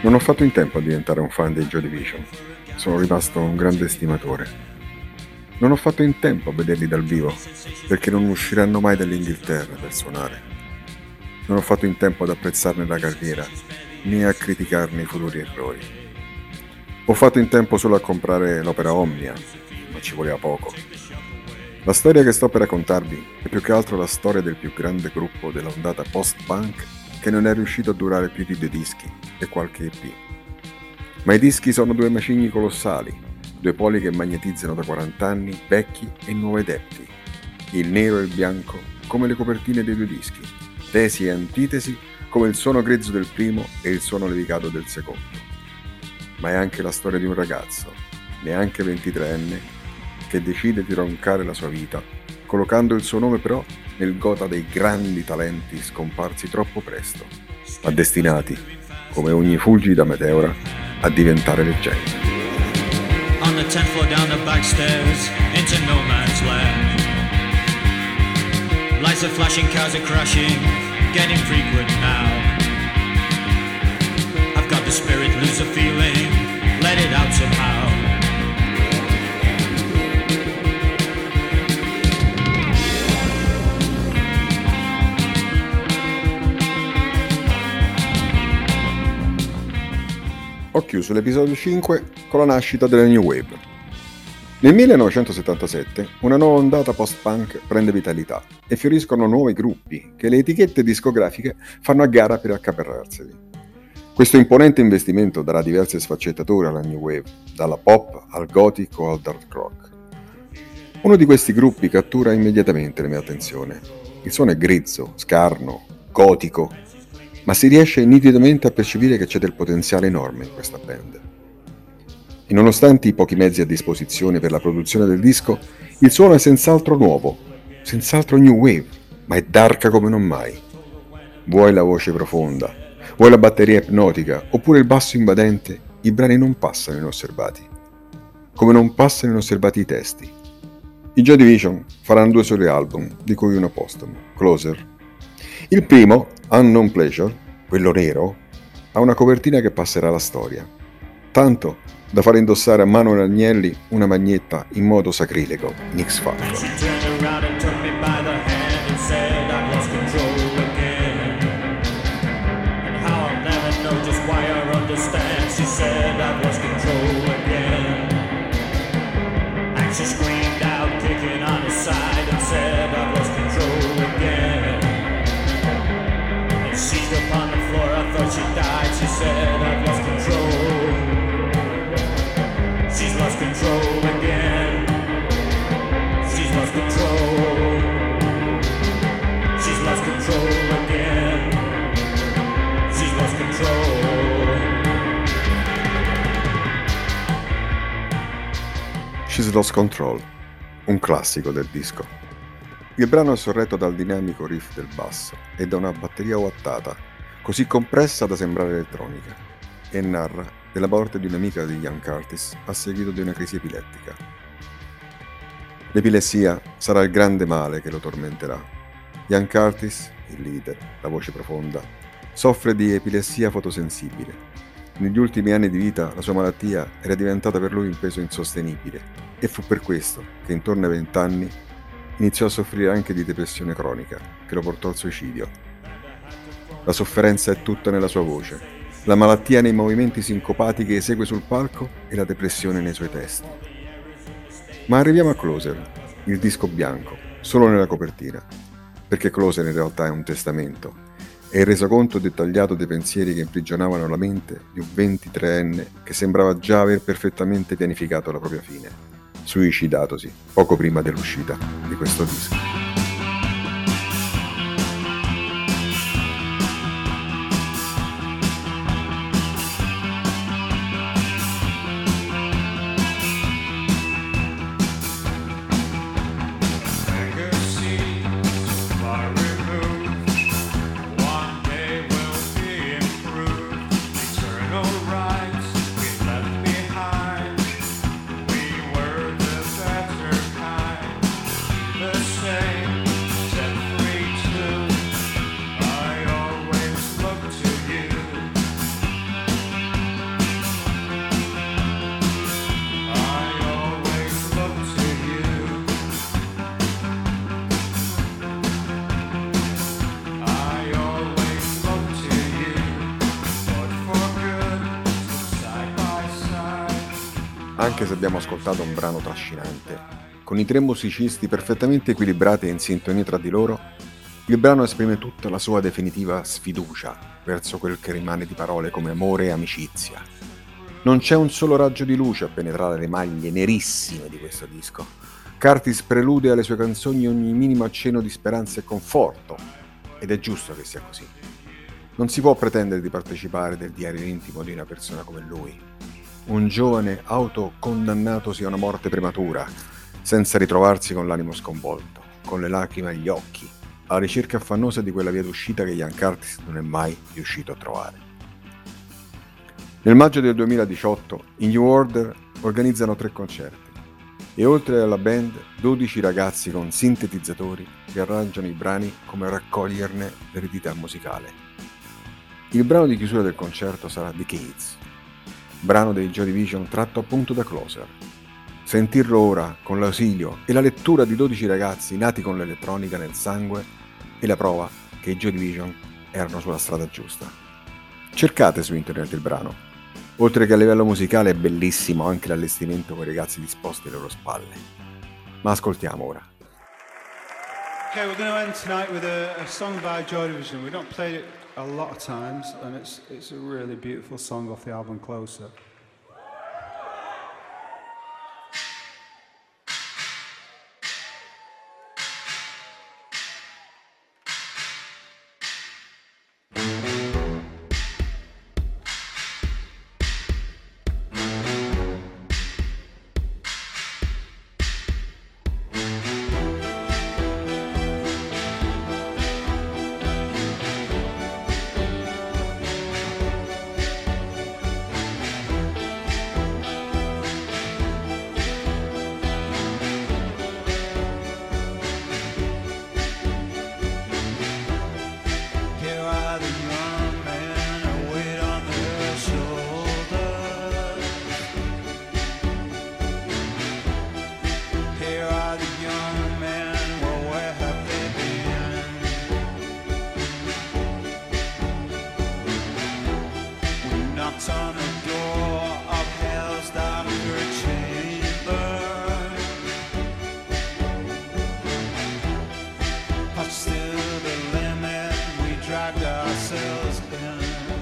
Non ho fatto in tempo a diventare un fan dei Joy Division. Sono rimasto un grande estimatore. Non ho fatto in tempo a vederli dal vivo, perché non usciranno mai dall'Inghilterra per suonare. Non ho fatto in tempo ad apprezzarne la carriera, né a criticarne i futuri errori. Ho fatto in tempo solo a comprare l'opera Omnia, ma ci voleva poco. La storia che sto per raccontarvi è più che altro la storia del più grande gruppo della ondata post-punk che non è riuscito a durare più di 2 dischi e qualche EP. Ma i dischi sono 2 macigni colossali, 2 poli che magnetizzano da 40 anni, vecchi e nuovi adepti. Il nero e il bianco come le copertine dei 2 dischi, tesi e antitesi come il suono grezzo del primo e il suono levigato del secondo. Ma è anche la storia di un ragazzo, neanche 23enne, che decide di roncare la sua vita, collocando il suo nome però nel gotha dei grandi talenti scomparsi troppo presto, ma destinati, come ogni fulgida meteora, a diventare leggende. On the 10th floor down the back stairs into no man's land. Lights are flashing, cars are crashing, getting frequent now. I've got the spirit, lose the feeling, let it out somehow. Ho chiuso l'episodio 5 con la nascita della New Wave. Nel 1977 una nuova ondata post-punk prende vitalità e fioriscono nuovi gruppi che le etichette discografiche fanno a gara per accaparrarseli. Questo imponente investimento darà diverse sfaccettature alla New Wave, dalla pop al gothic o al dark rock. Uno di questi gruppi cattura immediatamente la mia attenzione. Il suono è grezzo, scarno, gotico, ma si riesce nitidamente a percepire che c'è del potenziale enorme in questa band. E nonostante i pochi mezzi a disposizione per la produzione del disco, il suono è senz'altro nuovo, senz'altro new wave, ma è dark come non mai. Vuoi la voce profonda, vuoi la batteria ipnotica, oppure il basso invadente, i brani non passano inosservati. Come non passano inosservati i testi. I Joy Division faranno 2 soli album, di cui uno postumo, Closer. Il primo, Unknown Pleasure, quello nero, ha una copertina che passerà alla storia. Tanto da fare indossare a Manuel Agnelli una maglietta in modo sacrilego in X Factor. She died, she said, I've lost control. She's lost control again. She's lost control. She's lost control again. She's lost control. She's Lost Control, un classico del disco. Il brano è sorretto dal dinamico riff del basso e da una batteria wattata, così compressa da sembrare elettronica, e narra della morte di un'amica di Ian Curtis a seguito di una crisi epilettica. L'epilessia sarà il grande male che lo tormenterà. Ian Curtis, il leader, la voce profonda, soffre di epilessia fotosensibile. Negli ultimi anni di vita la sua malattia era diventata per lui un peso insostenibile e fu per questo che intorno ai 20 anni iniziò a soffrire anche di depressione cronica che lo portò al suicidio. La sofferenza è tutta nella sua voce, la malattia nei movimenti sincopati che esegue sul palco e la depressione nei suoi testi. Ma arriviamo a Closer, il disco bianco, solo nella copertina, perché Closer in realtà è un testamento, è il resoconto dettagliato dei pensieri che imprigionavano la mente di un 23enne che sembrava già aver perfettamente pianificato la propria fine, suicidatosi poco prima dell'uscita di questo disco. Say Anche se abbiamo ascoltato un brano trascinante, con i tre musicisti perfettamente equilibrati e in sintonia tra di loro, il brano esprime tutta la sua definitiva sfiducia verso quel che rimane di parole come amore e amicizia. Non c'è un solo raggio di luce a penetrare le maglie nerissime di questo disco. Curtis prelude alle sue canzoni ogni minimo accenno di speranza e conforto, ed è giusto che sia così. Non si può pretendere di partecipare del diario intimo di una persona come lui, un giovane autocondannatosi a una morte prematura, senza ritrovarsi con l'animo sconvolto, con le lacrime agli occhi, alla ricerca affannosa di quella via d'uscita che Ian Curtis non è mai riuscito a trovare. Nel maggio del 2018 i New Order organizzano 3 concerti e oltre alla band 12 ragazzi con sintetizzatori che arrangiano i brani come raccoglierne l'eredità musicale. Il brano di chiusura del concerto sarà Decades, brano dei Joy Division tratto appunto da Closer. Sentirlo ora con l'ausilio e la lettura di 12 ragazzi nati con l'elettronica nel sangue è la prova che i Joy Division erano sulla strada giusta. Cercate su internet il brano. Oltre che a livello musicale è bellissimo anche l'allestimento con i ragazzi disposti alle loro spalle. Ma ascoltiamo ora. Okay, we're going to end tonight with a song by Joy Division. We don't play it a lot of times, and it's a really beautiful song off the album Closer. On the door of hell's darker chamber, pushed to the limit, we dragged ourselves in.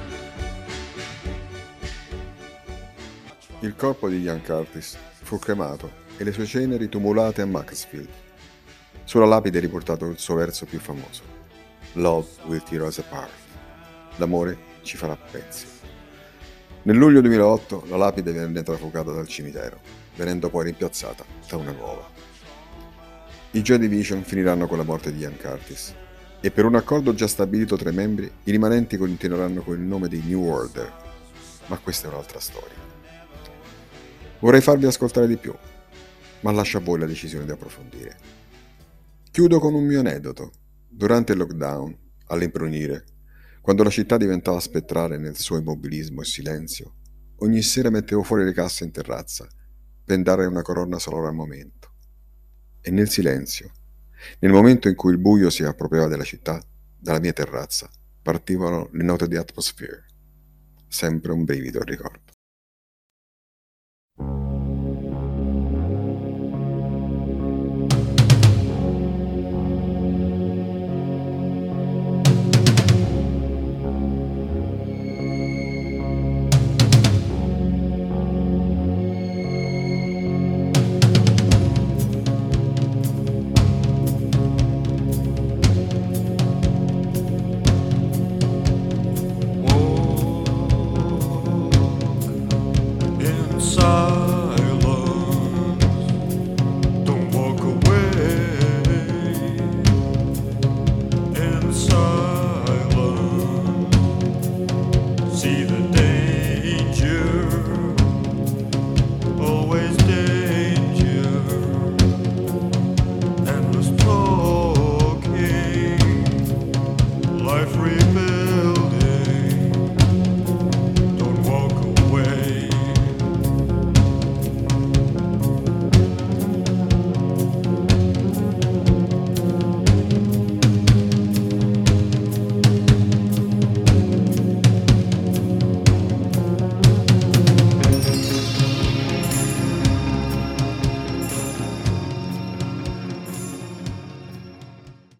Il corpo di Ian Curtis fu cremato e le sue ceneri tumulate a Macclesfield. Sulla lapide è riportato il suo verso più famoso: Love will tear us apart. L'amore ci farà a pezzi. Nel luglio 2008 la lapide venne trafugata dal cimitero, venendo poi rimpiazzata da una nuova. I Joy Division finiranno con la morte di Ian Curtis e per un accordo già stabilito tra i membri i rimanenti continueranno con il nome dei New Order, ma questa è un'altra storia. Vorrei farvi ascoltare di più, ma lascio a voi la decisione di approfondire. Chiudo con un mio aneddoto. Durante il lockdown, all'imbrunire, quando la città diventava spettrale nel suo immobilismo e silenzio, ogni sera mettevo fuori le casse in terrazza per dare una colonna sonora al momento. E nel silenzio, nel momento in cui il buio si appropriava della città, dalla mia terrazza partivano le note di Atmosphere. Sempre un brivido al ricordo.